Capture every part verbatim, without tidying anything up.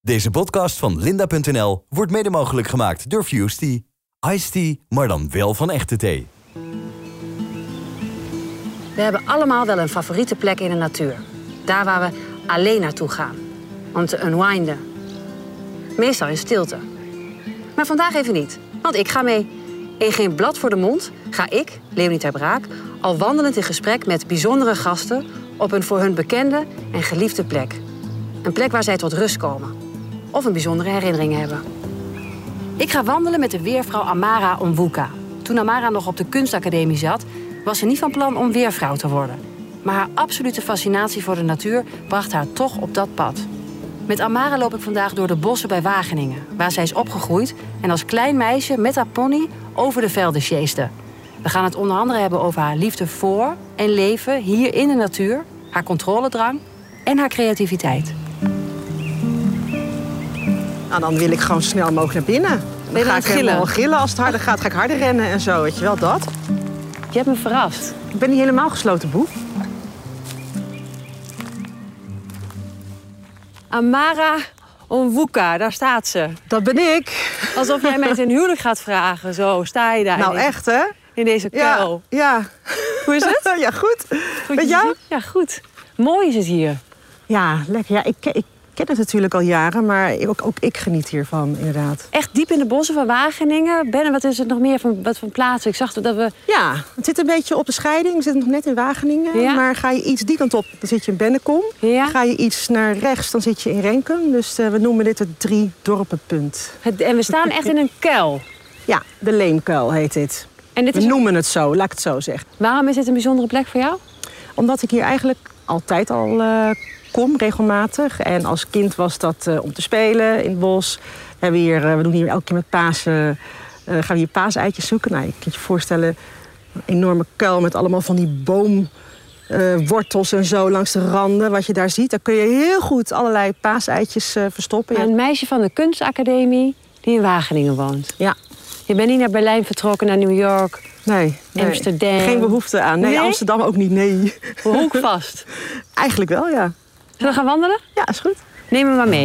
Deze podcast van Linda punt n l wordt mede mogelijk gemaakt door Fusty. Iced tea, maar dan wel van echte thee. We hebben allemaal wel een favoriete plek in de natuur. Daar waar we alleen naartoe gaan. Om te unwinden. Meestal in stilte. Maar vandaag even niet, want ik ga mee. In Geen Blad voor de Mond ga ik, Leonie ter Braak, al wandelend in gesprek met bijzondere gasten op een voor hun bekende en geliefde plek. Een plek waar zij tot rust komen. Of een bijzondere herinnering hebben. Ik ga wandelen met de weervrouw Amara Onwuka. Toen Amara nog op de kunstacademie zat, was ze niet van plan om weervrouw te worden. Maar haar absolute fascinatie voor de natuur bracht haar toch op dat pad. Met Amara loop ik vandaag door de bossen bij Wageningen, waar zij is opgegroeid en als klein meisje met haar pony over de velden sjeesde. We gaan het onder andere hebben over haar liefde voor en leven hier in de natuur, haar controledrang en haar creativiteit. Nou, dan wil ik gewoon zo snel mogelijk naar binnen. Dan Ben je ga aan ik het gillen? helemaal gillen. Als het harder gaat, ga ik harder rennen en zo. Weet je wel, dat. Je hebt me verrast. Ik ben niet helemaal gesloten boek. Amara Onwuka, daar staat ze. Dat ben ik. Alsof jij mij ten huwelijk gaat vragen. Zo sta je daar Nou, in, deze, echt, hè? in deze Ja, kuil. ja. Hoe is het? Ja, goed. Goed Met je jou? te zien? Ja, goed. Mooi is het hier. Ja, lekker. Ja, ik, ken- ik ken het natuurlijk al jaren, maar ook, ook ik geniet hiervan, inderdaad. Echt diep in de bossen van Wageningen. Ben, wat is het nog meer van, wat van plaatsen? Ik zag dat we... Ja, het zit een beetje op de scheiding. We zitten nog net in Wageningen. Ja. Maar ga je iets die kant op, dan zit je in Bennekom. Ja. Ga je iets naar rechts, dan zit je in Renkum. Dus uh, we noemen dit het drie dorpenpunt. Het, en we staan echt in een kuil. Ja, de Leemkuil heet dit. En dit We is, noemen het zo, laat ik het zo zeggen. waarom is dit een bijzondere plek voor jou? Omdat ik hier eigenlijk altijd al uh, kom, regelmatig. En als kind was dat uh, om te spelen in het bos. We, hebben hier, uh, we doen hier elke keer met Pasen, uh, gaan we hier paaseitjes zoeken. Nou, je kunt je voorstellen, een enorme kuil met allemaal van die boomwortels uh, en zo langs de randen. Wat je daar ziet, daar kun je heel goed allerlei paaseitjes uh, verstoppen. Ja. Een meisje van de kunstacademie die in Wageningen woont. Ja. Je bent niet naar Berlijn vertrokken, naar New York, Nee, nee. Amsterdam. Geen behoefte aan. Nee, Nee? Amsterdam ook niet, nee. Hoekvast. Eigenlijk wel, ja. Zullen we gaan wandelen? Ja, is goed. Neem me maar mee.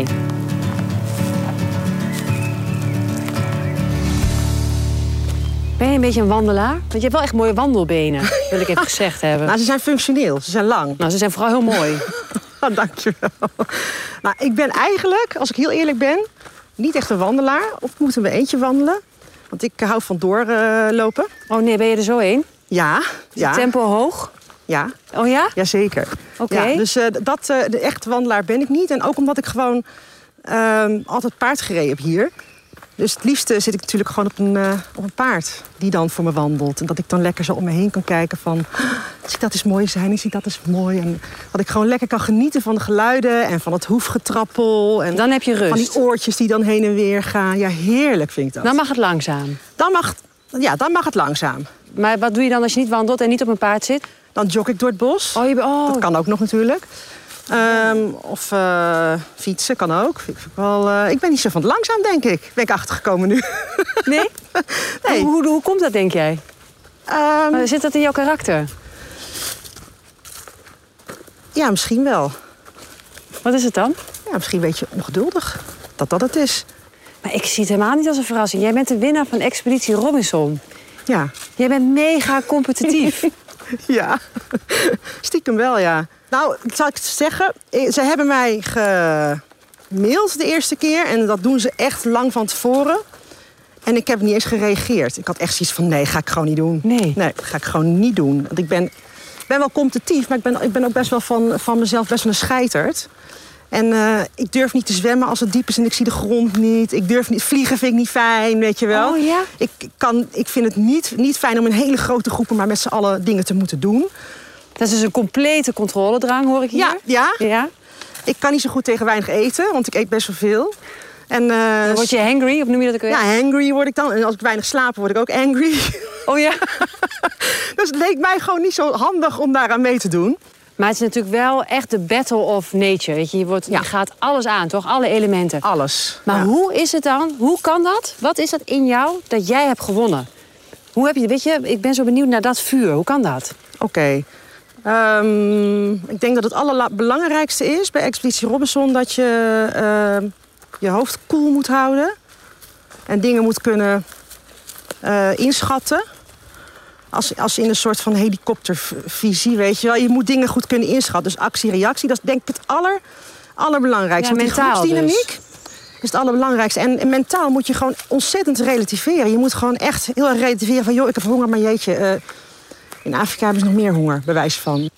Ben je een beetje een wandelaar? Want je hebt wel echt mooie wandelbenen, wil ik even gezegd hebben. Nou, ze zijn functioneel, ze zijn lang. Nou, ze zijn vooral heel mooi. Oh, dankjewel. Nou, ik ben eigenlijk, als ik heel eerlijk ben, niet echt een wandelaar. Of ik moet in mijn eentje wandelen. Want ik hou van doorlopen. Oh nee, ben je er zo heen? Ja, Is ja, het tempo hoog? ja, Oh ja? jazeker. Oké. Ja, dus uh, dat, uh, de echte wandelaar ben ik niet. En ook omdat ik gewoon uh, altijd paard gereden heb hier. Dus het liefste zit ik natuurlijk gewoon op een, uh, op een paard die dan voor me wandelt. En dat ik dan lekker zo om me heen kan kijken van... Ziet dat eens mooi zijn, ziet dat eens mooi. En dat ik gewoon lekker kan genieten van de geluiden en van het hoefgetrappel. En Dan heb je rust. van die oortjes die dan heen en weer gaan. Ja, heerlijk vind ik dat. Dan mag het langzaam. Dan mag, ja, dan mag het langzaam. Maar wat doe je dan als je niet wandelt en niet op een paard zit? Dan jog ik door het bos. Oh, je be- oh. Dat kan ook nog natuurlijk. Um, of uh, fietsen kan ook. Ik, vind wel, uh, ik ben niet zo van het langzaam, denk ik. Ben ik achtergekomen nu. Nee? Nee. Hoe, hoe, hoe komt dat, denk jij? Um, Zit dat in jouw karakter? ja, misschien wel. Wat is het dan? Ja, misschien een beetje ongeduldig. Dat dat het is. Maar ik zie het helemaal niet als een verrassing. Jij bent de winnaar van Expeditie Robinson. Ja. Jij bent mega competitief. Ja, stiekem wel, ja. Nou, zal ik zeggen, ze hebben mij gemaild de eerste keer. En dat doen ze echt lang van tevoren. En ik heb niet eens gereageerd. Ik had echt zoiets van, nee, ga ik gewoon niet doen. Nee. Nee, dat ga ik gewoon niet doen. Want ik ben, ben wel competitief, maar ik ben, ik ben ook best wel van, van mezelf best wel een scheiterd. En uh, ik durf niet te zwemmen als het diep is en ik zie de grond niet. Ik durf niet, vliegen vind ik niet fijn, weet je wel. Oh ja? Ik, kan, ik vind het niet, niet fijn om in hele grote groepen maar met z'n allen dingen te moeten doen. Dat is dus een complete controledrang, hoor ik hier. Ja, ja. Ja? Ik kan niet zo goed tegen weinig eten, want ik eet best wel veel. En, uh, Dan word je hangry, of noem je dat ook weer? Ja, hangry word ik dan. En als ik weinig slaap, word ik ook angry. Oh ja? Dus het leek mij gewoon niet zo handig om daaraan mee te doen. Maar het is natuurlijk wel echt de battle of nature. Weet je, je, wordt, Ja. je gaat alles aan, toch? Alle elementen. Alles. Maar ja. hoe is het dan? Hoe kan dat? Wat is dat in jou dat jij hebt gewonnen? Hoe heb je, weet je, ik ben zo benieuwd naar dat vuur. Hoe kan dat? Oké. Okay. Um, ik denk dat het allerbelangrijkste is bij Expeditie Robinson dat je uh, je hoofd koel moet houden. En dingen moet kunnen uh, inschatten. Als, als in een soort van helikoptervisie, weet je wel. Je moet dingen goed kunnen inschatten. Dus actie-reactie, dat is denk ik het aller, allerbelangrijkste. Ja, Want die mentaal groepsdynamiek dus. is het allerbelangrijkste. En, en mentaal moet je gewoon ontzettend relativeren. Je moet gewoon echt heel erg relativeren van... joh, ik heb honger, maar jeetje... Uh, in Afrika hebben ze nog meer honger, bewijs van.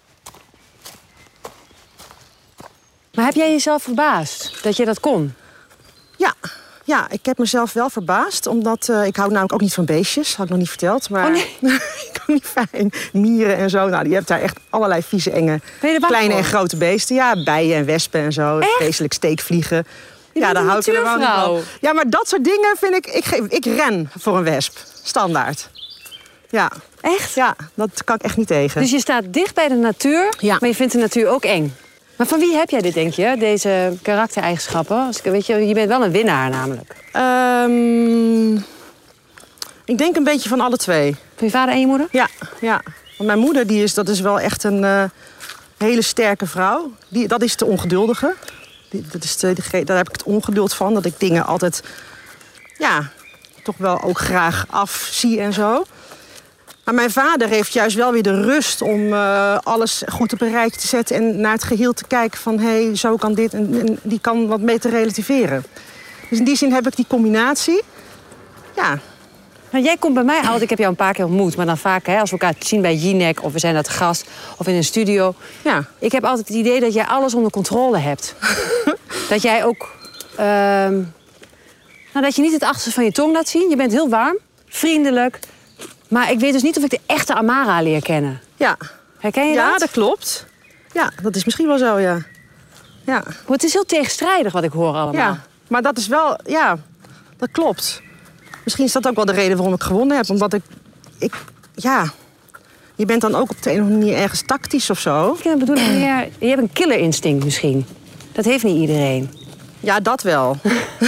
Maar heb jij jezelf verbaasd dat je dat kon? Ja, ja, ik heb mezelf wel verbaasd. Omdat uh, ik hou namelijk ook niet van beestjes. Had ik nog niet verteld. Maar oh, nee. ik kan niet fijn. Mieren en zo. Nou, die hebt daar echt allerlei vieze, enge, kleine voor? en grote beesten. Ja, bijen en wespen en zo. Echt? Vreselijk steekvliegen. Je ja, daar hou ik er wel niet van. Ja, maar dat soort dingen vind ik... Ik, geef, ik ren voor een wesp. Standaard. Ja. Echt? Ja, dat kan ik echt niet tegen. Dus je staat dicht bij de natuur, ja. maar je vindt de natuur ook eng. Maar van wie heb jij dit, denk je, deze karaktereigenschappen? Als, weet je, je bent wel een winnaar namelijk. Um, ik denk een beetje van alle twee. Van je vader en je moeder? Ja, ja. Want mijn moeder die is, dat is wel echt een uh, hele sterke vrouw. Die, dat is de ongeduldige. Die, dat is de, die, daar heb ik het ongeduld van. Dat ik dingen altijd, ja, toch wel ook graag afzie en zo. Maar mijn vader heeft juist wel weer de rust om uh, alles goed op een rijtje te zetten... en naar het geheel te kijken van, hé, hey, zo kan dit en, en die kan wat mee te relativeren. Dus in die zin heb ik die combinatie. Ja. Nou, jij komt bij mij altijd, ik heb jou een paar keer ontmoet... maar dan vaak hè, als we elkaar zien bij Jinek of we zijn daar te gast of in een studio. Ja. Ik heb altijd het idee dat jij alles onder controle hebt. Dat jij ook... Uh, nou, dat je niet het achterste van je tong laat zien. Je bent heel warm, vriendelijk... Maar ik weet dus niet of ik de echte Amara leer kennen. Ja. Herken je ja, dat? Ja, dat klopt. Ja, dat is misschien wel zo, ja. Ja. Maar het is heel tegenstrijdig wat ik hoor allemaal. Ja, maar dat is wel... Ja, dat klopt. Misschien is dat ook wel de reden waarom ik gewonnen heb. Omdat ik... ik ja... Je bent dan ook op de een of andere manier ergens tactisch of zo. Ik bedoel meer... Je hebt een killerinstinct misschien. Dat heeft niet iedereen. Ja, dat wel.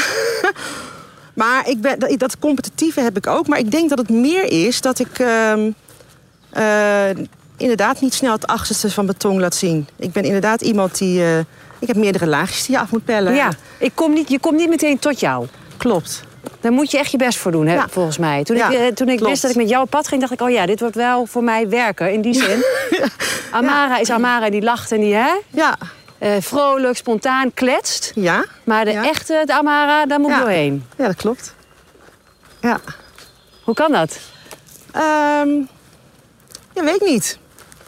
Maar ik ben, dat, dat competitieve heb ik ook. Maar ik denk dat het meer is dat ik uh, uh, inderdaad niet snel het achterste van mijn tong laat zien. Ik ben inderdaad iemand die... Uh, ik heb meerdere laagjes die je af moet pellen. Ja, ik kom niet, je komt niet meteen tot jou. Klopt. Daar moet je echt je best voor doen, hè, ja. volgens mij. Toen ja, ik, toen ik wist dat ik met jou op pad ging, dacht ik... oh ja, dit wordt wel voor mij werken, in die zin. Ja. Amara ja. is Amara, die lacht en die, hè? Ja. Uh, vrolijk, spontaan, kletst. Ja. Maar de ja. echte, de Amara, daar moet ik ja. doorheen. Ja, dat klopt. Ja. Hoe kan dat? Um, ja, weet ik niet.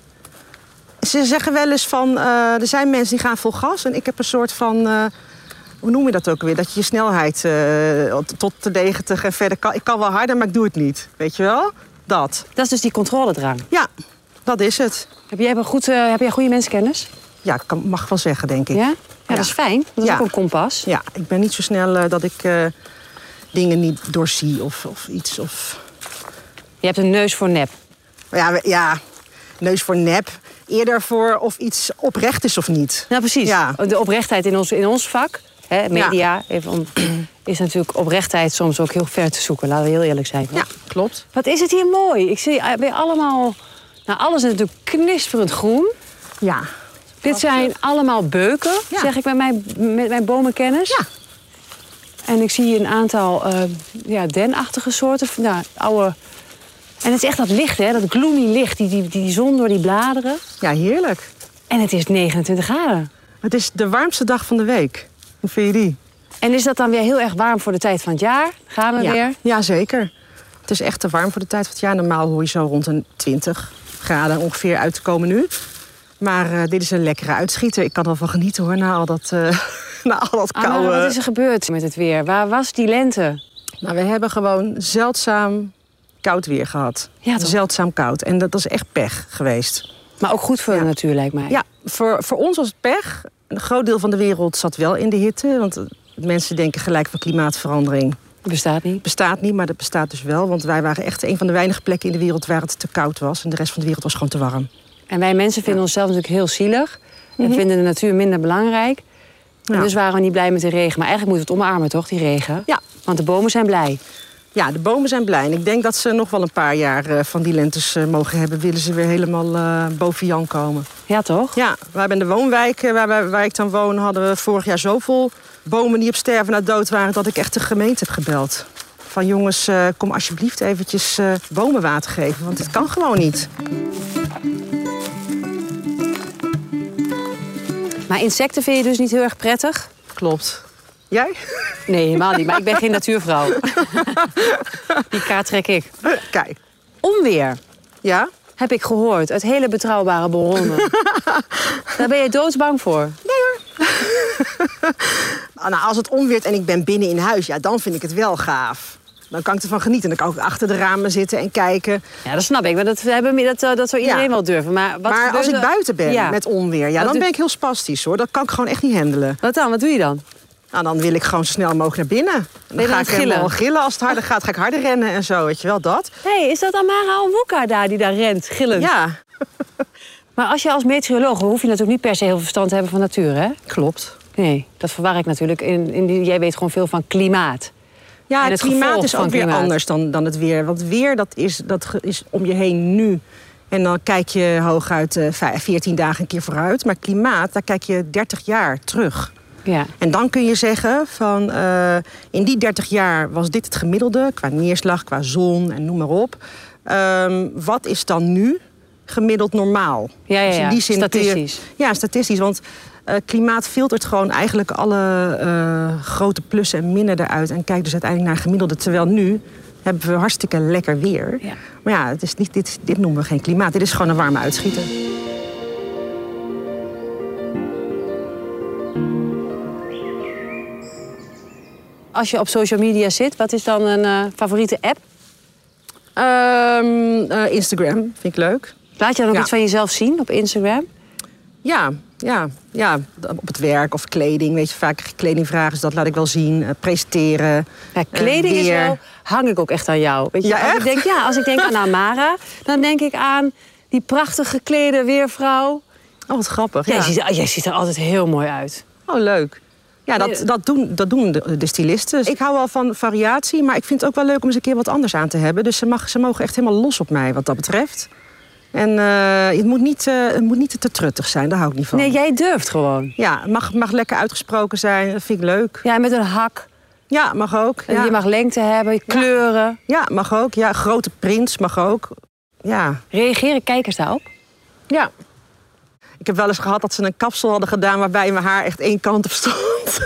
Ze zeggen wel eens van... Uh, er zijn mensen die gaan vol gas. En ik heb een soort van... Uh, hoe noem je dat ook weer? Dat je je snelheid uh, tot de negentig en verder kan. Ik kan wel harder, maar ik doe het niet. Weet je wel? Dat. Dat is dus die controledrang? Ja, dat is het. Heb jij een, goed, uh, heb jij goede mensenkennis? Ja, ik kan, mag wel zeggen, denk ik. Ja? Ja, ja. Dat is fijn. Dat is ja. ook een kompas. Ja, ik ben niet zo snel uh, dat ik uh, dingen niet doorzie of, of iets. Of... Je hebt een neus voor nep. Ja, ja, neus voor nep. Eerder voor of iets oprecht is of niet. Nou, precies. Ja. De oprechtheid in ons, in ons vak, hè, media, ja. even om, is natuurlijk oprechtheid soms ook heel ver te zoeken. Laten we heel eerlijk zijn. Ja, klopt. Wat is het hier mooi. Ik zie weer allemaal... Nou, alles is natuurlijk knisperend groen. Ja. Dit zijn allemaal beuken, ja. zeg ik met mijn, met mijn bomenkennis. Ja. En ik zie een aantal uh, ja, denachtige soorten. Nou, oude... En het is echt dat licht, hè? Dat gloomy licht, die, die, die zon door die bladeren. Ja, heerlijk. En het is negenentwintig graden. Het is de warmste dag van de week. Hoe vind je die? En is dat dan weer heel erg warm voor de tijd van het jaar? Gaan we ja. weer? Ja, zeker. Het is echt te warm voor de tijd van het jaar. Normaal hoor je zo rond een twintig graden ongeveer uit te komen nu. Maar uh, dit is een lekkere uitschieter. Ik kan er wel van genieten hoor, na al dat, uh, na al dat koude... Ah, maar wat is er gebeurd met het weer? Waar was die lente? Nou, we hebben gewoon zeldzaam koud weer gehad. Ja, toch? Zeldzaam koud. En dat is echt pech geweest. Maar ook goed voor ja. de natuur, lijkt mij. Ja, voor, voor ons was het pech. Een groot deel van de wereld zat wel in de hitte. Want mensen denken gelijk van klimaatverandering. Dat bestaat niet. Bestaat niet, maar dat bestaat dus wel. Want wij waren echt een van de weinige plekken in de wereld waar het te koud was. En de rest van de wereld was gewoon te warm. En wij mensen vinden ja. onszelf natuurlijk heel zielig. En mm-hmm. vinden de natuur minder belangrijk. Ja. En dus waren we niet blij met de regen. Maar eigenlijk moeten we het omarmen, toch, die regen? Ja. Want de bomen zijn blij. Ja, de bomen zijn blij. En ik denk dat ze nog wel een paar jaar uh, van die lentes uh, mogen hebben. Willen ze weer helemaal uh, boven Jan komen. Ja, toch? Ja, we hebben in de woonwijk uh, waar, waar, waar ik dan woon... hadden we vorig jaar zoveel bomen die op sterven na dood waren, dat ik echt de gemeente heb gebeld. Van jongens, uh, kom alsjeblieft eventjes uh, bomen water geven, want dit kan gewoon niet. Maar insecten vind je dus niet heel erg prettig? Klopt. Jij? Nee, helemaal niet. Maar ik ben geen natuurvrouw. Die kaart trek ik. Kijk. Onweer. Ja? Heb ik gehoord. Uit hele betrouwbare bronnen. Daar ben je doodsbang voor? Nee hoor. Nou, als het onweert en ik ben binnen in huis, ja, dan vind ik het wel gaaf. Dan kan ik ervan genieten. Dan kan ik achter de ramen zitten en kijken. Ja, dat snap ik. Maar dat, dat, dat zou iedereen ja. wel durven. Maar, wat maar als ik er... buiten ben ja. met onweer, ja, dan doe... ben ik heel spastisch hoor. Dat kan ik gewoon echt niet handelen. Wat dan? Wat doe je dan? Nou, dan wil ik gewoon zo snel mogelijk naar binnen. Dan, dan ga ik gillen? helemaal gillen. Als het harder gaat, ga ik harder rennen en zo. Weet je wel, dat. Hé, hey, is dat Amara Onwuka daar die daar rent, gillend? Ja. Maar als je als meteoroloog, hoef je natuurlijk niet per se heel veel verstand te hebben van natuur, hè? Klopt. Nee, dat verwar ik natuurlijk. In, in die, jij weet gewoon veel van klimaat. Ja, het, het klimaat is ook weer klimaat. anders dan, dan het weer. Want weer, dat is, dat is om je heen nu. En dan kijk je hooguit uh, veertien dagen een keer vooruit. Maar klimaat, daar kijk je dertig jaar terug. Ja. En dan kun je zeggen van uh, in die dertig jaar was dit het gemiddelde. Qua neerslag, qua zon en noem maar op. Um, wat is dan nu gemiddeld normaal? Ja, ja, ja. Dus in die zin statistisch. Je, ja, statistisch. Want uh, klimaat filtert gewoon eigenlijk alle uh, grote plussen en minnen eruit. En kijkt dus uiteindelijk naar gemiddelde. Terwijl nu hebben we hartstikke lekker weer. Ja. Maar ja, het is niet, dit, dit noemen we geen klimaat. Dit is gewoon een warme uitschieter. Als je op social media zit, wat is dan een uh, favoriete app? Um, uh, Instagram, vind ik leuk. Laat je dan ook ja. iets van jezelf zien op Instagram? Ja, ja, ja, op het werk of kleding. Weet je, vaak kledingvragen, dus dat laat ik wel zien. Uh, presenteren. Ja, kleding uh, is wel, hang ik ook echt aan jou. Weet je, ja, als echt? ik denk, ja, als ik denk aan Amara, dan denk ik aan die prachtig geklede weervrouw. Oh, wat grappig. Jij, ja. ziet, jij ziet er altijd heel mooi uit. Oh, leuk. Ja, dat, dat, doen, dat doen de, de stylisten. Ik hou wel van variatie, maar ik vind het ook wel leuk om eens een keer wat anders aan te hebben. Dus ze, mag, ze mogen echt helemaal los op mij wat dat betreft. En uh, het, moet niet, uh, het moet niet te truttig zijn, daar hou ik niet van. Nee, jij durft gewoon. Ja, het mag, mag lekker uitgesproken zijn, dat vind ik leuk. Ja, met een hak. Ja, mag ook. Ja. Je mag lengte hebben, kleuren. Ja, mag ook. Ja, grote prints mag ook. Ja. Reageren kijkers daarop? Ja. Ik heb wel eens gehad dat ze een kapsel hadden gedaan waarbij mijn haar echt één kant op stond.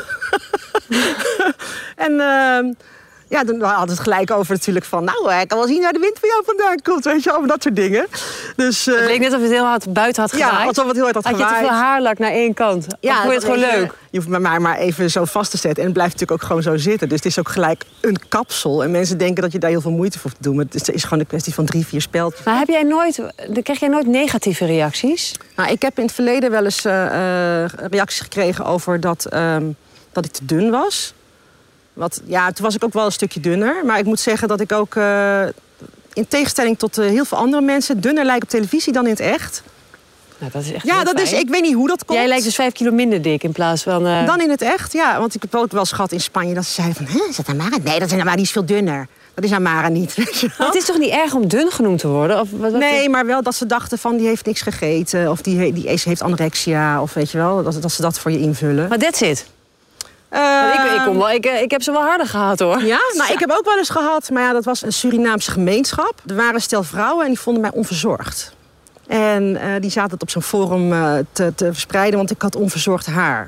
en uh, ja, dan hadden we het gelijk over natuurlijk van... nou, ik kan wel zien waar de wind van jou vandaan komt, weet je, over dat soort dingen. Dus, uh, het leek net of je het heel hard buiten had gewaaid. Ja, alsof het heel hard had, had gewaaid. Had je te veel haarlak naar één kant? Ja, vond je het gewoon je, leuk? Je hoeft mij maar even zo vast te zetten. En het blijft natuurlijk ook gewoon zo zitten. Dus het is ook gelijk een kapsel. En mensen denken dat je daar heel veel moeite voor hoeft te doen. Maar het is gewoon een kwestie van drie, vier speltjes. Maar heb jij nooit, krijg jij nooit negatieve reacties? Nou, ik heb in het verleden wel eens uh, uh, reacties gekregen over dat, uh, dat ik te dun was. Wat, ja, toen was ik ook wel een stukje dunner. Maar ik moet zeggen dat ik ook, uh, in tegenstelling tot uh, heel veel andere mensen... dunner lijk op televisie dan in het echt. Nou, dat is echt ja, dat is, ik weet niet hoe dat komt. Jij lijkt dus vijf kilo minder dik in plaats van... Uh... Dan in het echt, ja. Want ik heb ook wel eens gehad in Spanje dat ze zeiden van... is dat Amara? Nee, dat is Amara, die is veel dunner. Dat is Amara niet, weet je wel? Het is toch niet erg om dun genoemd te worden? Of wat, wat nee, is... maar wel dat ze dachten van die heeft niks gegeten. Of die, die heeft anorexia. Of weet je wel, dat, dat ze dat voor je invullen. Maar that's it. Uh, ik, ik, kom wel, ik, ik heb ze wel harder gehad, hoor. Ja? Nou, ik heb ook wel eens gehad. Maar ja, dat was een Surinaamse gemeenschap. Er waren een stel vrouwen en die vonden mij onverzorgd. En uh, die zaten het op zo'n forum uh, te, te verspreiden, want ik had onverzorgd haar.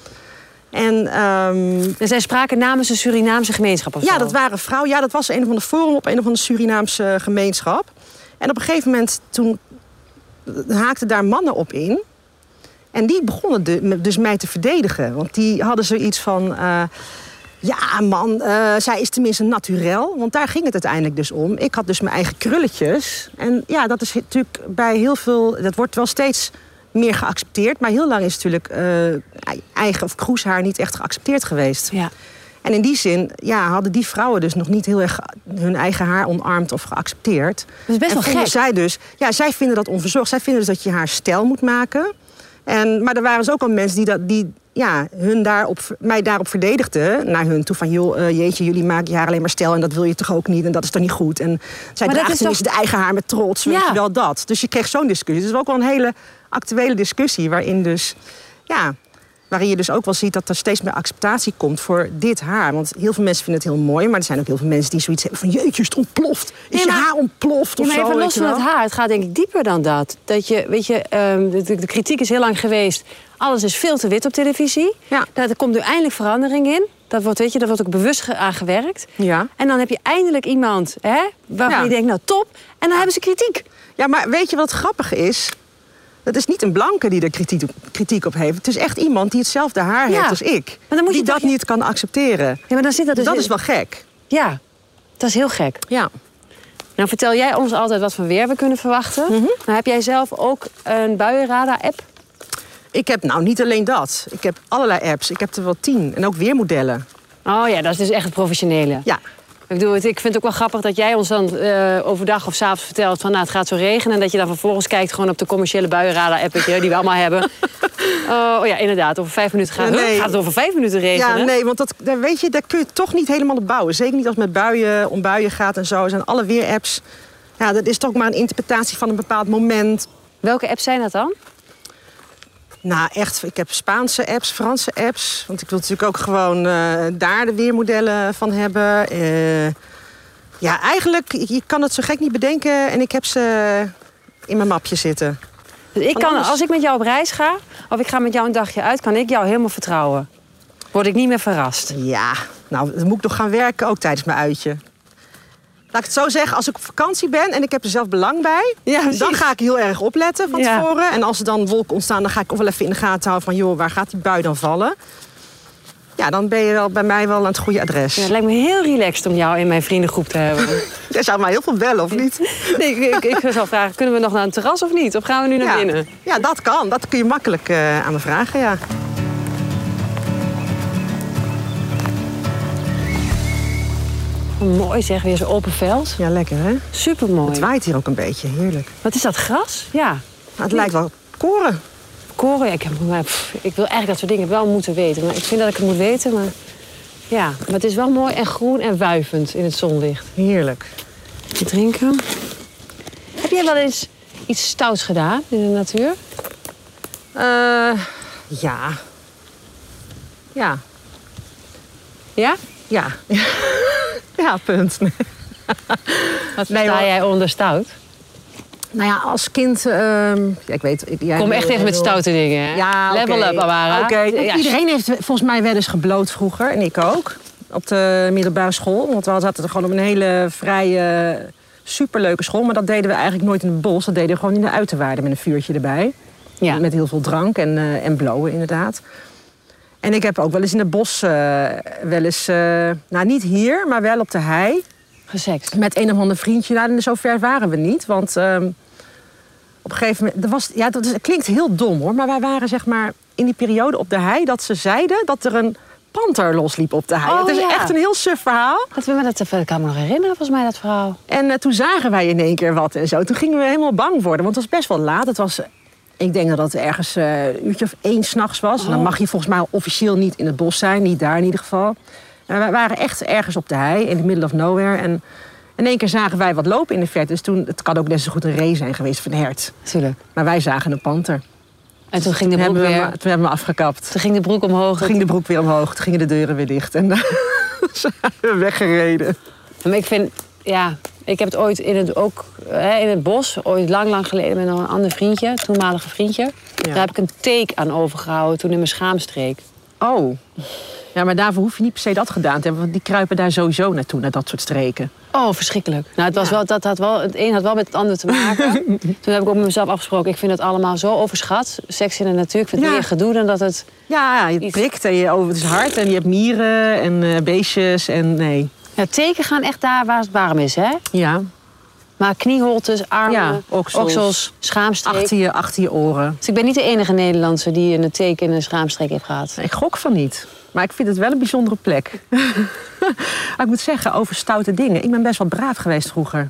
En, um, en zij spraken namens de Surinaamse gemeenschap of Ja, zo? dat waren vrouwen. Ja, dat was een of andere forum op een of andere Surinaamse gemeenschap. En op een gegeven moment toen haakten daar mannen op in. En die begonnen de, dus mij te verdedigen. Want die hadden zoiets van... Uh, ja, man, uh, zij is tenminste naturel. Want daar ging het uiteindelijk dus om. Ik had dus mijn eigen krulletjes. En ja, dat is natuurlijk bij heel veel... Dat wordt wel steeds meer geaccepteerd. Maar heel lang is natuurlijk uh, eigen of kroeshaar niet echt geaccepteerd geweest. Ja. En in die zin ja, hadden die vrouwen dus nog niet heel erg hun eigen haar omarmd of geaccepteerd. Dat is best en wel gek. Zij, dus, ja, zij vinden dat onverzorgd. Zij vinden dus dat je haar stijl moet maken. En, maar er waren dus ook al mensen die, dat, die ja, hun daarop, mij daarop verdedigden. Naar hun toe van, joh, uh, jeetje, jullie maken je haar alleen maar stijl... en dat wil je toch ook niet en dat is toch niet goed. En zij maar draagt tenminste toch... de eigen haar met trots, ja. Weet je wel dat. Dus je kreeg zo'n discussie. Dus het was ook wel een hele actuele discussie waarin dus... ja. Waarin je dus ook wel ziet dat er steeds meer acceptatie komt voor dit haar. Want heel veel mensen vinden het heel mooi. Maar er zijn ook heel veel mensen die zoiets hebben van... jeetje, is het ontploft? Is Nee, je maar- haar ontploft? Ja, Of maar zo, even weet los je van wel? het haar. Het gaat denk ik dieper dan dat. Dat je, weet je, ehm, de, de kritiek is heel lang geweest. Alles is veel te wit op televisie. Ja. Daar komt nu eindelijk verandering in. Dat wordt, weet je, daar wordt ook bewust ge- aan gewerkt. Ja. En dan heb je eindelijk iemand hè, waarvan Ja. je denkt, nou top. En dan hebben ze kritiek. Ja, maar weet je wat grappig is? Dat is niet een blanke die er kritiek, kritiek op heeft. Het is echt iemand die hetzelfde haar Ja. heeft als ik. Maar dan moet je die toch- dat niet kan accepteren. Ja, maar dan zit dat dus Dat in- is wel gek. Ja, dat is heel gek. Ja. Nou vertel jij ons altijd wat voor weer we kunnen verwachten. Mhm. Nou heb jij zelf ook een buienradar-app. Ik heb nou niet alleen dat. Ik heb allerlei apps. Ik heb er wel tien. En ook weermodellen. Oh ja, dat is dus echt het professionele. Ja. Ik bedoel, het- ik vind het ook wel grappig dat jij ons dan eh, overdag of 's avonds vertelt van nou, het gaat zo regenen. En dat je dan vervolgens kijkt gewoon op de commerciële buienradar-app die we allemaal hebben. Uh, oh ja, inderdaad, over vijf minuten gaat, Nee. gaat het over vijf minuten regenen. Ja, nee, want dat, daar, weet je, daar kun je toch niet helemaal op bouwen. Zeker niet als het met buien, om buien gaat en zo. Zijn alle weerapps. Ja, dat is toch maar een interpretatie van een bepaald moment. Welke apps zijn dat dan? Nou, echt, ik heb Spaanse apps, Franse apps. Want ik wil natuurlijk ook gewoon eh, daar de weermodellen van hebben. Eh, ja, eigenlijk, je kan het zo gek niet bedenken. En ik heb ze in mijn mapje zitten. Dus ik Van kan, alles. als ik met jou op reis ga, of ik ga met jou een dagje uit, kan ik jou helemaal vertrouwen. Word ik niet meer verrast. Ja, nou, dan moet ik nog gaan werken, ook tijdens mijn uitje. Laat ik het zo zeggen, als ik op vakantie ben en ik heb er zelf belang bij... Ja, precies. dan ga ik heel erg opletten van Ja. tevoren. En als er dan wolken ontstaan, dan ga ik ook wel even in de gaten houden van... joh, waar gaat die bui dan vallen? Ja, dan ben je wel bij mij wel aan het goede adres. Ja, het lijkt me heel relaxed om jou in mijn vriendengroep te hebben. Jij zou mij heel veel bellen, of niet? Nee, ik, ik, ik zou vragen, kunnen we nog naar een terras of niet? Of gaan we nu naar ja. binnen? Ja, dat kan. Dat kun je makkelijk eh, aan me vragen, ja. Mooi zeg, weer zo'n open veld. Ja, lekker hè? Supermooi. Het waait hier ook een beetje, heerlijk. Wat is dat, gras? Ja. Maar het lijkt wel koren. Koren, ja, ik, heb, maar, pff, ik wil eigenlijk dat soort dingen wel moeten weten. Maar ik vind dat ik het moet weten, maar... Ja, maar het is wel mooi en groen en wuivend in het zonlicht. Heerlijk. Te drinken. Heb jij wel eens iets stouts gedaan in de natuur? Eh, ja. Ja. Ja? Ja. Ja, punt. Wat Nee, sta hoor. jij onder stout? Nou ja, als kind... ehm, ja, ik weet... Ik, jij Kom wil- echt even met wil- stoute dingen, hè? Ja, Level oké. up, Awara. Oké. Ja, Iedereen heeft volgens mij wel eens gebloot vroeger. En ik ook. Op de middelbare school. Want we zaten er gewoon op een hele vrije, superleuke school. Maar dat deden we eigenlijk nooit in het bos. Dat deden we gewoon in de uiterwaarden met een vuurtje erbij. Ja. Met heel veel drank en, eh, en blowen, inderdaad. En ik heb ook wel eens in het bos... eh, wel eens... eh, nou, niet hier, maar wel op de hei. Gesext. Met een of ander vriendje. Nou, en zo ver waren we niet. Want ehm, op een gegeven moment... Er was, ja, dat is- het klinkt heel dom hoor. Maar wij waren zeg maar in die periode op de hei... dat ze zeiden dat er een panter losliep op de hei. Oh, het is ja. echt een heel suf verhaal. Dat we me dat even, ik kan me nog herinneren, volgens mij, dat verhaal. En eh, toen zagen wij in één keer wat en zo. Toen gingen we helemaal bang worden. Want het was best wel laat. Het was... Ik denk dat het ergens eh, een uurtje of één s'nachts was. En dan mag je volgens mij officieel niet in het bos zijn. Niet daar in ieder geval. En wij waren echt ergens op de hei, in the middle of nowhere. En in één keer zagen wij wat lopen in de verte. Dus toen, het kan ook net zo goed een ree zijn geweest of een hert. Tuurlijk. Maar wij zagen een panter. En toen ging de Toen broek hebben, we, weer... hem- toen hebben we hem afgekapt. Toen ging de broek omhoog. Toen ging de broek weer omhoog. Toen gingen de deuren weer dicht. En dan zijn we weggereden. Maar ik vind, ja, ik heb het ooit in het, ook, hè, in het bos, ooit lang, lang geleden met nog een ander vriendje, toenmalige vriendje. Daar heb ik een take aan overgehouden toen in mijn schaamstreek. Oh. Ja, maar daarvoor hoef je niet per se dat gedaan te hebben. Want die kruipen daar sowieso naartoe, naar dat soort streken. Oh, verschrikkelijk. Nou, het, was wel, dat had wel, het een had wel met het ander te maken. Toen heb ik ook met mezelf afgesproken, ik vind het allemaal zo overschat. Seks in de natuur, ik vind het Ja. meer gedoe dan dat het... Ja, je Iets- prikt en je, oh, het is hard en je hebt mieren en eh, beestjes en nee. Ja, teken gaan echt daar waar het warm is, hè? Ja, Maar knieholtes, armen, Ja, oksels. oksels schaamstreek. achter je, achter je oren. Dus ik ben niet de enige Nederlandse die een teken in een schaamstreek heeft gehad. Ik gok van niet. Maar ik vind het wel een bijzondere plek. Maar ik moet zeggen, over stoute dingen. Ik ben best wel braaf geweest vroeger.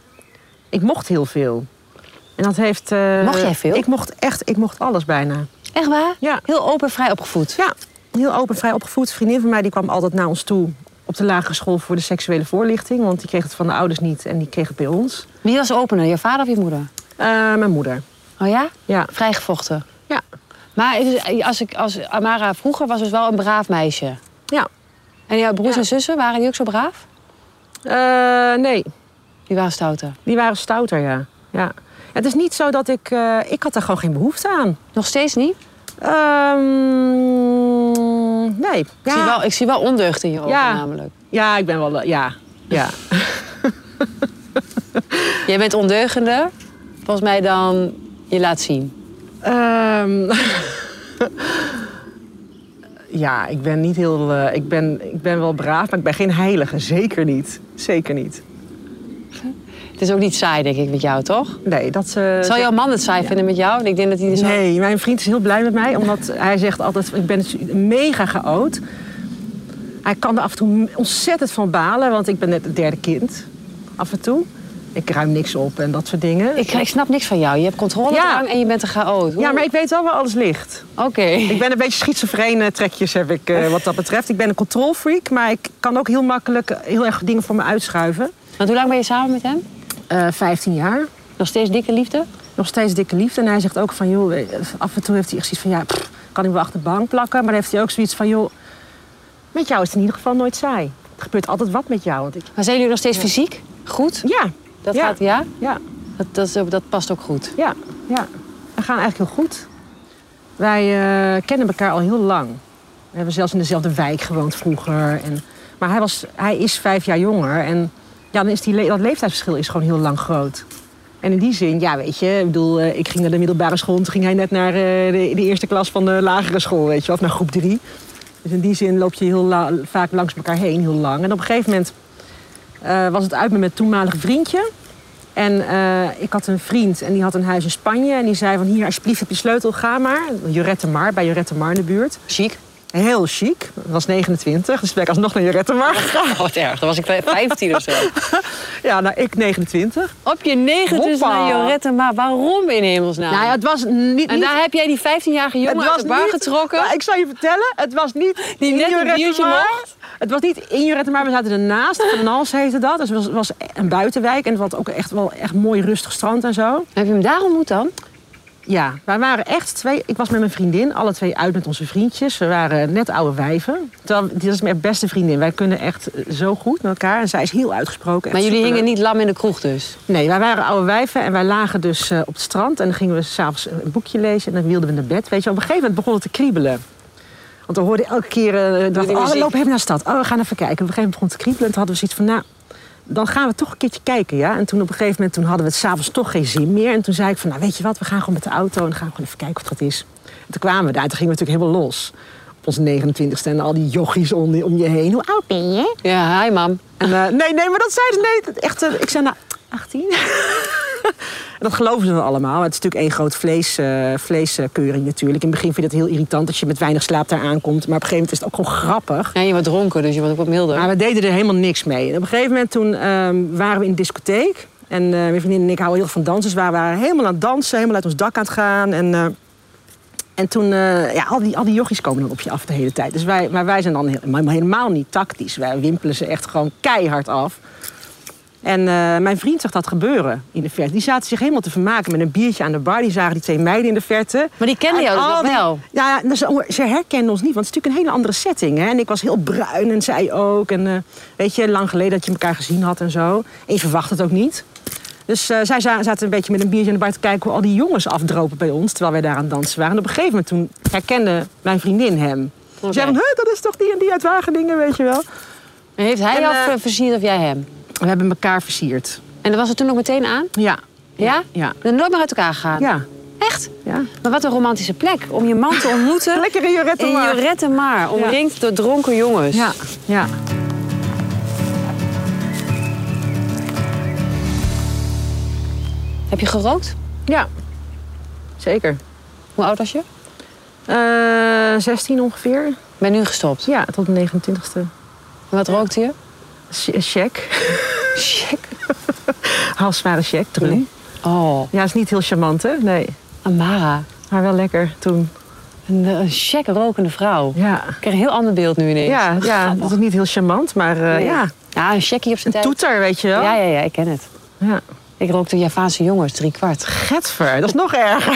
Ik mocht heel veel. En dat heeft... eh, Mocht jij veel? Ik mocht echt, ik mocht alles bijna. Echt waar? Ja. Heel open, vrij opgevoed. Ja, heel open, vrij opgevoed. Een vriendin van mij die kwam altijd naar ons toe op de lagere school voor de seksuele voorlichting. Want die kreeg het van de ouders niet en die kreeg het bij ons. Wie was opener, je vader of je moeder? Eh, mijn moeder. Oh ja? Ja. Vrijgevochten. Ja. Maar als, ik, als Amara vroeger was dus wel een braaf meisje. Ja. En jouw broers Ja. en zussen, waren die ook zo braaf? Uh, nee. Die waren stouter? Die waren stouter, ja. ja. Het is niet zo dat ik... Uh, ik had er gewoon geen behoefte aan. Nog steeds niet? Um, nee. Ik, ja. zie wel, ik zie wel ondeugd in je ogen ja. namelijk. Ja, ik ben wel... Uh, ja. ja. Jij bent ondeugender, volgens mij, dan je laat zien. Um, ja, ik ben niet heel... Uh, ik, ben, ik ben wel braaf, maar ik ben geen heilige. Zeker niet. Zeker niet. Het is ook niet saai, denk ik, met jou, toch? Nee, dat... Uh, Zal jouw man het saai ja. vinden met jou? Ik denk dat hij zo... Nee, mijn vriend is heel blij met mij. Omdat hij zegt altijd, ik ben mega chaot. Hij kan er af en toe ontzettend van balen. Want ik ben net het derde kind. Af en toe. Ik ruim niks op en dat soort dingen. Ik, ik snap niks van jou. Je hebt controledrang ja. en je bent een chaot. Ja, maar ik weet wel waar alles ligt. Oké. Okay. Ik ben een beetje schizofrene trekjes heb ik uh, wat dat betreft. Ik ben een controlfreak, maar ik kan ook heel makkelijk heel erg dingen voor me uitschuiven. Want hoe lang ben je samen met hem? Uh, vijftien jaar. Nog steeds dikke liefde? Nog steeds dikke liefde. En hij zegt ook van, joh, af en toe heeft hij echt zoiets van, ja, pff, kan ik wel achter de bank plakken. Maar dan heeft hij ook zoiets van, joh, met jou is het in ieder geval nooit saai. Er gebeurt altijd wat met jou. Want ik... Maar zijn jullie nog steeds ja. fysiek goed? Ja. Dat ja. gaat, ja? Ja. Dat, dat, dat past ook goed? Ja, ja. We gaan eigenlijk heel goed. Wij uh, kennen elkaar al heel lang. We hebben zelfs in dezelfde wijk gewoond vroeger. En, maar hij, was, hij is vijf jaar jonger. En ja, dan is die le- dat leeftijdsverschil is gewoon heel lang groot. En in die zin, ja, weet je, ik bedoel, uh, ik ging naar de middelbare school. Toen ging hij net naar uh, de, de eerste klas van de lagere school, weet je wel, of naar groep drie. Dus in die zin loop je heel la- vaak langs elkaar heen, heel lang. En op een gegeven moment uh, was het uit met mijn toenmalige vriendje. En uh, ik had een vriend en die had een huis in Spanje. En die zei van, hier, alsjeblieft, heb je sleutel, ga maar. Jorette Mar, bij Jorette Mar in de buurt. Chic. Heel chic. Dat was negenentwintig, dus ben ik alsnog naar Jorette Mar gegaan. Oh, wat erg, dan was ik vijftien of zo. Ja, nou, ik negenentwintig. Op je negenentwintig naar Jorette Mar, waarom in hemelsnaam? Nou ja, het was niet... En daar heb jij die vijftienjarige jongen uit de bar niet, getrokken? Nou, ik zal je vertellen, het was niet die net een biertje mocht? Het was niet in Jorette Mar, we zaten ernaast. Van den Hals heette dat. Dus het was, was een buitenwijk en het was ook echt wel echt mooi rustig strand en zo. Heb je hem daar ontmoet dan? Ja, wij waren echt twee... Ik was met mijn vriendin, alle twee uit met onze vriendjes. We waren net oude wijven. Dat is mijn beste vriendin. Wij kunnen echt zo goed met elkaar. En zij is heel uitgesproken. Maar jullie super... hingen niet lam in de kroeg dus? Nee, wij waren oude wijven en wij lagen dus uh, op het strand. En dan gingen we s'avonds een boekje lezen en dan wilden we naar bed. Weet je, op een gegeven moment begon het te kriebelen. Want we hoorden elke keer... Uh, dacht, oh, we lopen even naar de stad. Oh, we gaan even kijken. Op een gegeven moment begon het te kriebelen. En toen hadden we zoiets van... nou, dan gaan we toch een keertje kijken, ja. En toen op een gegeven moment toen hadden we het s'avonds toch geen zin meer. En toen zei ik van, nou weet je wat, we gaan gewoon met de auto en dan gaan we gewoon even kijken of dat is. En toen kwamen we daar en toen gingen we natuurlijk helemaal los. Op onze negenentwintigste en al die jochies om, om je heen. Hoe oud ben je? Ja, hi mam. En, uh, nee, nee, maar dat zei ze, nee, echt, uh, ik zei nou, achttien. En dat geloven ze dan allemaal. Het is natuurlijk één groot vlees, uh, vleeskeuring natuurlijk. In het begin vind je het heel irritant dat je met weinig slaap daar aankomt. Maar op een gegeven moment is het ook gewoon grappig. Ja, je wordt dronken, dus je wordt ook wat milder. Maar we deden er helemaal niks mee. En op een gegeven moment toen um, waren we in de discotheek. En uh, mijn vriendin en ik houden heel erg van dansen. Dus we waren helemaal aan het dansen, helemaal uit ons dak aan het gaan. En, uh, en toen, uh, ja, al die, al die jochies komen dan op je af de hele tijd. Dus wij, maar wij zijn dan heel, helemaal niet tactisch. Wij wimpelen ze echt gewoon keihard af. En uh, mijn vriend zag dat gebeuren in de verte. Die zaten zich helemaal te vermaken met een biertje aan de bar. Die zagen die twee meiden in de verte. Maar die kenden jou toch wel? Ja, ja, ze, ze herkenden ons niet, want het is natuurlijk een hele andere setting. Hè? En ik was heel bruin en zij ook. En uh, weet je, lang geleden dat je elkaar gezien had en zo. En je verwacht het ook niet. Dus uh, zij zaten een beetje met een biertje aan de bar te kijken hoe al die jongens afdropen bij ons. Terwijl wij daar aan het dansen waren. En op een gegeven moment toen herkende mijn vriendin hem. Okay. Ze zei van, dat is toch die en die uit Wageningen, weet je wel. En heeft hij en, jou uh, versierd of jij hem? We hebben elkaar versierd. En dat was het toen ook meteen aan? Ja. Ja? Ja. Ben je nooit meer uit elkaar gegaan? Ja. Echt? Ja. Maar wat een romantische plek om je man te ontmoeten. Lekker in Jorette Mar. In Jorette Mar, omringd ja. door dronken jongens. Ja, ja. Heb je gerookt? Ja, zeker. Hoe oud was je? Uh, zestien ongeveer. Ben je nu gestopt? Ja, tot de negenentwintigste. En wat rookte je? Check. Check? Halszware check, drum. Nee. Oh. Ja, is niet heel charmant, hè? Nee. Amara. Maar wel lekker toen. Een, een check rokende vrouw. Ja. Ik krijg een heel ander beeld nu ineens. Ja, ja, dat is niet heel charmant, maar uh, nee. ja. Ja, een checkie op zijn tijd. Een toeter, weet je wel? Ja, ja, ja, ik ken het. Ja. Ik rookte Javaanse jongens, drie kwart. Getver, dat is nog erger.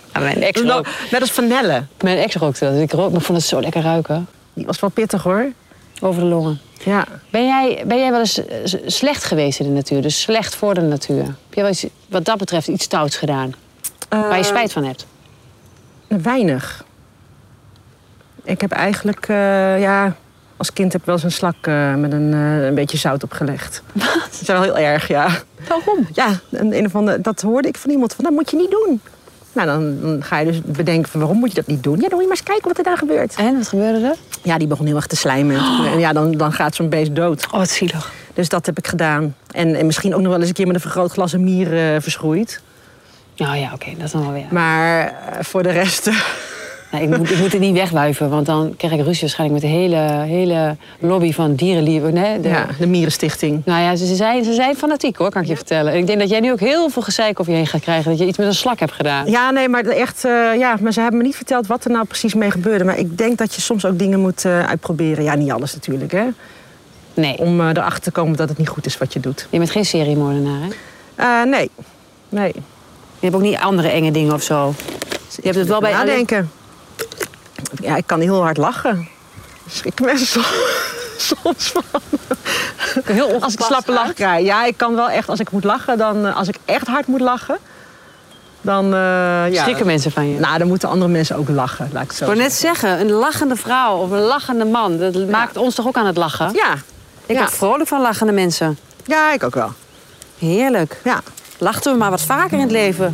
Ja, mijn ex Nou, rook. net als vanille. Mijn ex rookte dat. Ik rook, maar ik vond het zo lekker ruiken. Die was wel pittig, hoor. Over de longen. Ja. Ben jij, ben jij wel eens eh, slecht geweest in de natuur? Dus slecht voor de natuur? Heb jij wel eens, wat dat betreft iets stouts gedaan? Waar je spijt van hebt? Weinig. Ik heb eigenlijk, uh, ja, als kind heb ik wel eens een slak uh, met een, uh, een beetje zout opgelegd. Wat? Dat is wel heel erg, ja. Waarom? Ja, een, een of andere, dat hoorde ik van iemand van, dat moet je niet doen. Nou, dan, dan ga je dus bedenken van, waarom moet je dat niet doen? Ja, dan moet je maar eens kijken wat er daar gebeurt. En, wat gebeurde er? Ja, die begon heel erg te slijmen. Oh. En ja, dan, dan gaat zo'n beest dood. Oh, wat zielig. Dus dat heb ik gedaan. En, en misschien ook nog wel eens een keer met een vergrootglas een mier uh, verschroeid. Ja, ja, oké, okay, dat is dan wel weer. Maar uh, voor de rest... Uh... Nee, ik, moet, ik moet het niet wegwuiven, want dan krijg ik ruzie waarschijnlijk met de hele, hele lobby van dierenliefde. Nee, de... Ja, de Mierenstichting. Nou ja, ze zijn, ze zijn fanatiek, hoor, kan ik je ja. vertellen. En ik denk dat jij nu ook heel veel gezeik over je heen gaat krijgen, dat je iets met een slak hebt gedaan. Ja, nee, maar echt, uh, ja, maar ze hebben me niet verteld wat er nou precies mee gebeurde. Maar ik denk dat je soms ook dingen moet uh, uitproberen. Ja, niet alles natuurlijk, hè. Nee. Om uh, erachter te komen dat het niet goed is wat je doet. Je bent geen seriemoordenaar, hè? Uh, nee. Nee. Je hebt ook niet andere enge dingen of zo? Je hebt het wel bij nadenken. Alleen... Ja, ik kan heel hard lachen. Schrikken mensen soms van. Heel als ik een slappe lach krijg. Ja, ik kan wel echt, als ik moet lachen, dan, als ik echt hard moet lachen, dan... Uh, ja, schrikken mensen van je? Nou, dan moeten andere mensen ook lachen, laat ik het zo Ik wou net zeggen, een lachende vrouw of een lachende man, dat ja. maakt ons toch ook aan het lachen? Ja. Ik ja. word vrolijk van lachende mensen. Ja, ik ook wel. Heerlijk. Ja. Lachten we maar wat vaker in het leven.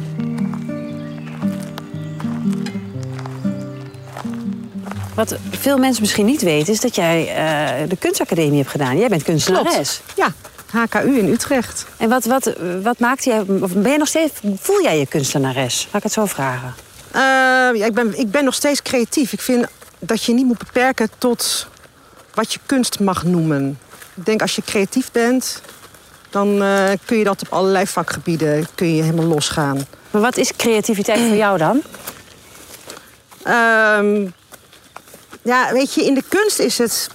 Wat veel mensen misschien niet weten, is dat jij uh, de kunstacademie hebt gedaan. Jij bent kunstenares. Klopt. Ja, H K U in Utrecht. En wat, wat, wat maakt jij, of ben je nog steeds, voel jij je kunstenares? Laat ik het zo vragen. Uh, ja, ik, ben, ik ben nog steeds creatief. Ik vind dat je niet moet beperken tot wat je kunst mag noemen. Ik denk als je creatief bent, dan uh, kun je dat op allerlei vakgebieden kun je helemaal losgaan. Maar wat is creativiteit voor jou dan? Uh, ja, weet je, in de kunst is het...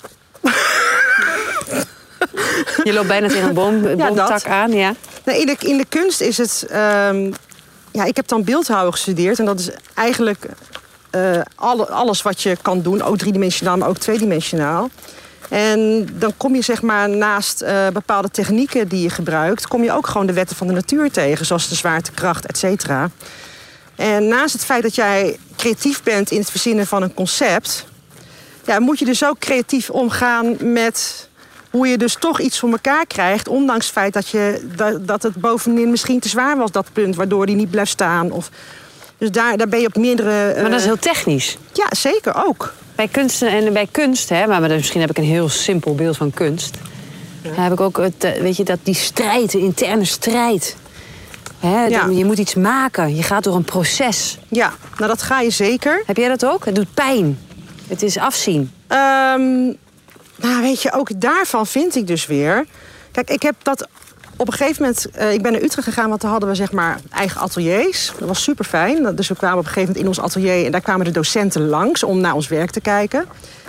Je loopt bijna tegen een boom, boomtak ja, aan, ja. Nee, in, de, in de kunst is het... Um, ja, ik heb dan beeldhouwen gestudeerd. En dat is eigenlijk uh, alle, alles wat je kan doen. Ook driedimensionaal, maar ook tweedimensionaal. En dan kom je zeg maar naast uh, bepaalde technieken die je gebruikt... kom je ook gewoon de wetten van de natuur tegen. Zoals de zwaartekracht, et cetera. En naast het feit dat jij creatief bent in het verzinnen van een concept... Ja, moet je dus ook creatief omgaan met... hoe je dus toch iets voor elkaar krijgt... ondanks het feit dat, je, dat, dat het bovenin misschien te zwaar was, dat punt... waardoor die niet blijft staan. Of, dus daar, daar ben je op meerdere... Uh... Maar dat is heel technisch. Ja, zeker ook. Bij kunst, en bij kunst, hè, maar misschien heb ik een heel simpel beeld van kunst... Ja. Daar heb ik ook het, weet je, dat die strijd, de interne strijd... Hè, ja. Je moet iets maken, je gaat door een proces. Ja, nou dat ga je zeker. Heb jij dat ook? Het doet pijn. Het is afzien. Um... Nou, weet je, ook daarvan vind ik dus weer... Kijk, ik heb dat op een gegeven moment... Uh, ik ben naar Utrecht gegaan, want daar hadden we zeg maar eigen ateliers. Dat was super fijn. Dus we kwamen op een gegeven moment in ons atelier... en daar kwamen de docenten langs om naar ons werk te kijken.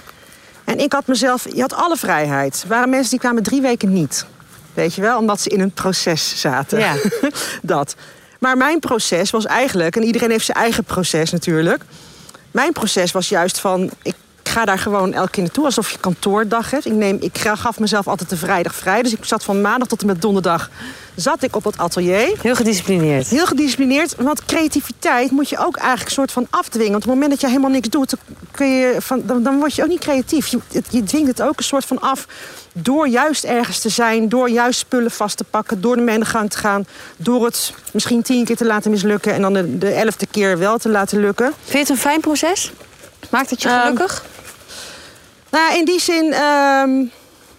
En ik had mezelf... Je had alle vrijheid. Er waren mensen die kwamen drie weken niet. Weet je wel, omdat ze in een proces zaten. Ja. Dat. Maar mijn proces was eigenlijk... en iedereen heeft zijn eigen proces natuurlijk... Mijn proces was juist van... Ik ga daar gewoon elke keer naartoe, alsof je kantoordag hebt. Ik, neem, ik gaf mezelf altijd de vrijdag vrij. Dus ik zat van maandag tot en met donderdag... zat ik op het atelier. Heel gedisciplineerd. Heel gedisciplineerd. Want creativiteit moet je ook eigenlijk soort van afdwingen. Want op het moment dat je helemaal niks doet... dan, kun je van, dan, dan word je ook niet creatief. Je, je dwingt het ook een soort van af... door juist ergens te zijn, door juist spullen vast te pakken... door ermee aan de gang te gaan, door het misschien tien keer te laten mislukken... en dan de, de elfde keer wel te laten lukken. Vind je het een fijn proces? Maakt het je gelukkig? Um, Nou, in die zin... Um,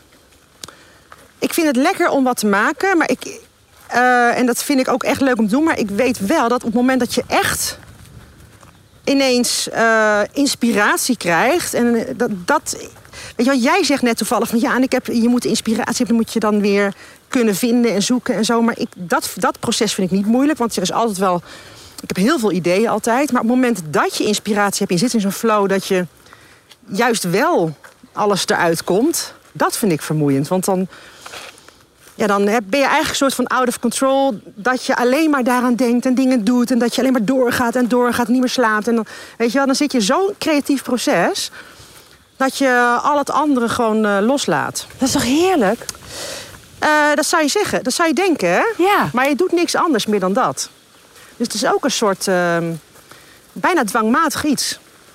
ik vind het lekker om wat te maken. Maar ik, uh, en dat vind ik ook echt leuk om te doen. Maar ik weet wel dat op het moment dat je echt... ineens uh, inspiratie krijgt... en dat, dat... Weet je wel, jij zegt net toevallig van... ja, en ik heb, je moet inspiratie hebben... moet je dan weer kunnen vinden en zoeken en zo. Maar ik, dat, dat proces vind ik niet moeilijk. Want er is altijd wel... Ik heb heel veel ideeën altijd. Maar op het moment dat je inspiratie hebt... je zit in zo'n flow dat je... juist wel alles eruit komt, dat vind ik vermoeiend. Want dan, Ja, dan ben je eigenlijk een soort van out of control. Dat je alleen maar daaraan denkt en dingen doet. En dat je alleen maar doorgaat en doorgaat en niet meer slaapt. En dan, weet je wel, dan zit je zo'n creatief proces... dat je al het andere gewoon uh, loslaat. Dat is toch heerlijk? Uh, dat zou je zeggen, dat zou je denken, hè? Ja. Maar je doet niks anders meer dan dat. Dus het is ook een soort uh, bijna dwangmatig iets.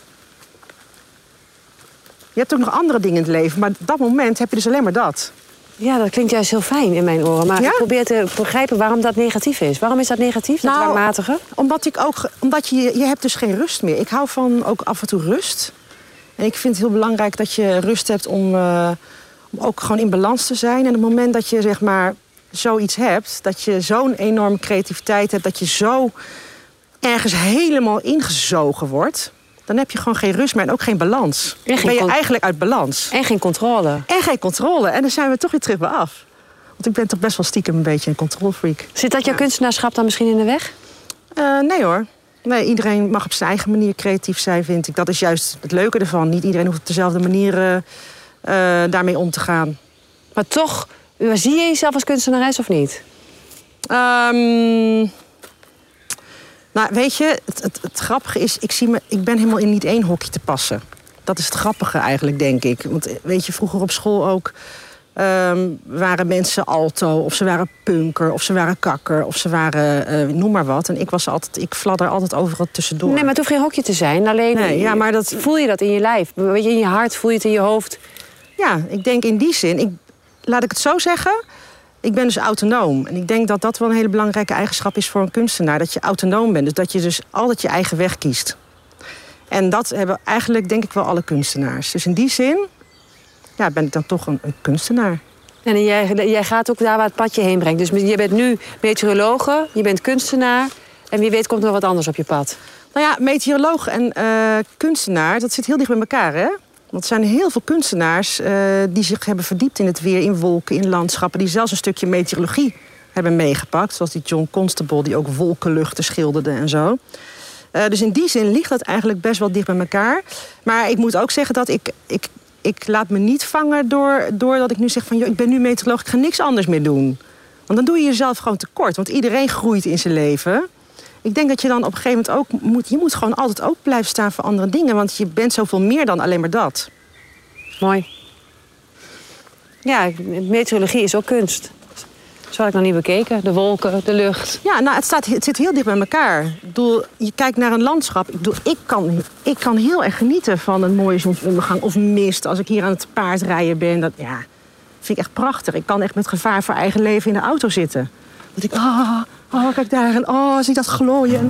Je hebt ook nog andere dingen in het leven, maar op dat moment heb je dus alleen maar dat. Ja, dat klinkt juist heel fijn in mijn oren. Maar ja? ik probeer te begrijpen waarom dat negatief is. Waarom is dat negatief, dat nou, dwangmatige? Omdat, ik ook, omdat je, je hebt dus geen rust meer. Ik hou van ook af en toe rust. En ik vind het heel belangrijk dat je rust hebt om, uh, om ook gewoon in balans te zijn. En op het moment dat je zeg maar zoiets hebt, dat je zo'n enorme creativiteit hebt, dat je zo ergens helemaal ingezogen wordt, dan heb je gewoon geen rust meer en ook geen balans. Dan ben je eigenlijk uit balans. En geen controle. En geen controle. En dan zijn we toch weer terug bij af. Want ik ben toch best wel stiekem een beetje een controlfreak. Zit dat jouw ja. kunstenaarschap dan misschien in de weg? Uh, nee hoor. Nee, iedereen mag op zijn eigen manier creatief zijn, vind ik. Dat is juist het leuke ervan. Niet iedereen hoeft op dezelfde manier uh, uh, daarmee om te gaan. Maar toch, zie je jezelf als kunstenares of niet? Um, nou, weet je, het, het, het grappige is, ik, zie me, ik ben helemaal in niet één hokje te passen. Dat is het grappige eigenlijk, denk ik. Want weet je, vroeger op school ook um, waren mensen alto, of ze waren punker, of ze waren kakker, of ze waren uh, noem maar wat. En ik was altijd, ik fladder altijd overal tussendoor. Nee, maar het hoeft geen hokje te zijn. Alleen nee, ja, maar dat... voel je dat in je lijf. Weet je, in je hart, voel je het in je hoofd. Ja, ik denk in die zin, ik, laat ik het zo zeggen, ik ben dus autonoom. En ik denk dat dat wel een hele belangrijke eigenschap is voor een kunstenaar. Dat je autonoom bent, dus dat je dus altijd je eigen weg kiest. En dat hebben eigenlijk, denk ik, wel alle kunstenaars. Dus in die zin ja, ben ik dan toch een, een kunstenaar. En jij, jij gaat ook daar waar het pad je heen brengt. Dus je bent nu meteorologe, je bent kunstenaar. En wie weet komt er wat anders op je pad. Nou ja, meteoroloog en uh, kunstenaar, dat zit heel dicht bij elkaar, hè? Want er zijn heel veel kunstenaars uh, die zich hebben verdiept in het weer, in wolken, in landschappen, die zelfs een stukje meteorologie hebben meegepakt. Zoals die John Constable, die ook wolkenluchten schilderde en zo. Uh, dus in die zin ligt dat eigenlijk best wel dicht bij elkaar. Maar ik moet ook zeggen dat ik, ik, ik laat me niet vangen door, doordat ik nu zeg van, joh, ik ben nu meteoroloog, ik ga niks anders meer doen. Want dan doe je jezelf gewoon tekort, want iedereen groeit in zijn leven. Ik denk dat je dan op een gegeven moment ook moet, je moet gewoon altijd ook blijven staan voor andere dingen, want je bent zoveel meer dan alleen maar dat. Mooi. Ja, meteorologie is ook kunst. Zo had ik nog niet bekeken. De wolken, de lucht. Ja, nou, het, staat, het zit heel dicht bij elkaar. Ik bedoel, je kijkt naar een landschap. Ik, bedoel, ik, kan, ik kan heel erg genieten van een mooie zonsondergang of mist. Als ik hier aan het paardrijden ben, dat ja, vind ik echt prachtig. Ik kan echt met gevaar voor eigen leven in de auto zitten. Dat ik, oh, oh, kijk daar en oh, zie dat glooien.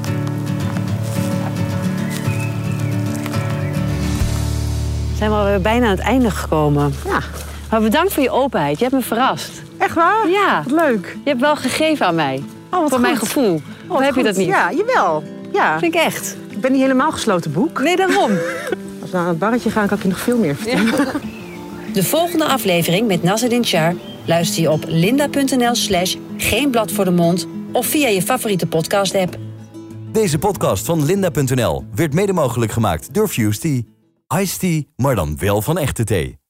Zijn we alweer bijna aan het einde gekomen. Ja. Maar bedankt voor je openheid. Je hebt me verrast. Echt waar? Ja. Wat leuk. Je hebt wel gegeven aan mij. Oh, wat voor goed. mijn gevoel. Oh, Of heb goed. je dat niet? Ja, jawel. Ja. Vind ik echt. Ik ben niet helemaal gesloten boek. Nee, daarom. Als we naar het barretje gaan, kan ik je nog veel meer vertellen. Ja. De volgende aflevering met Nazanin Char luister je op linda.nl slash geen blad voor de mond of via je favoriete podcast-app. Deze podcast van linda punt n l werd mede mogelijk gemaakt door Fusty. Iced tea, maar dan wel van echte thee.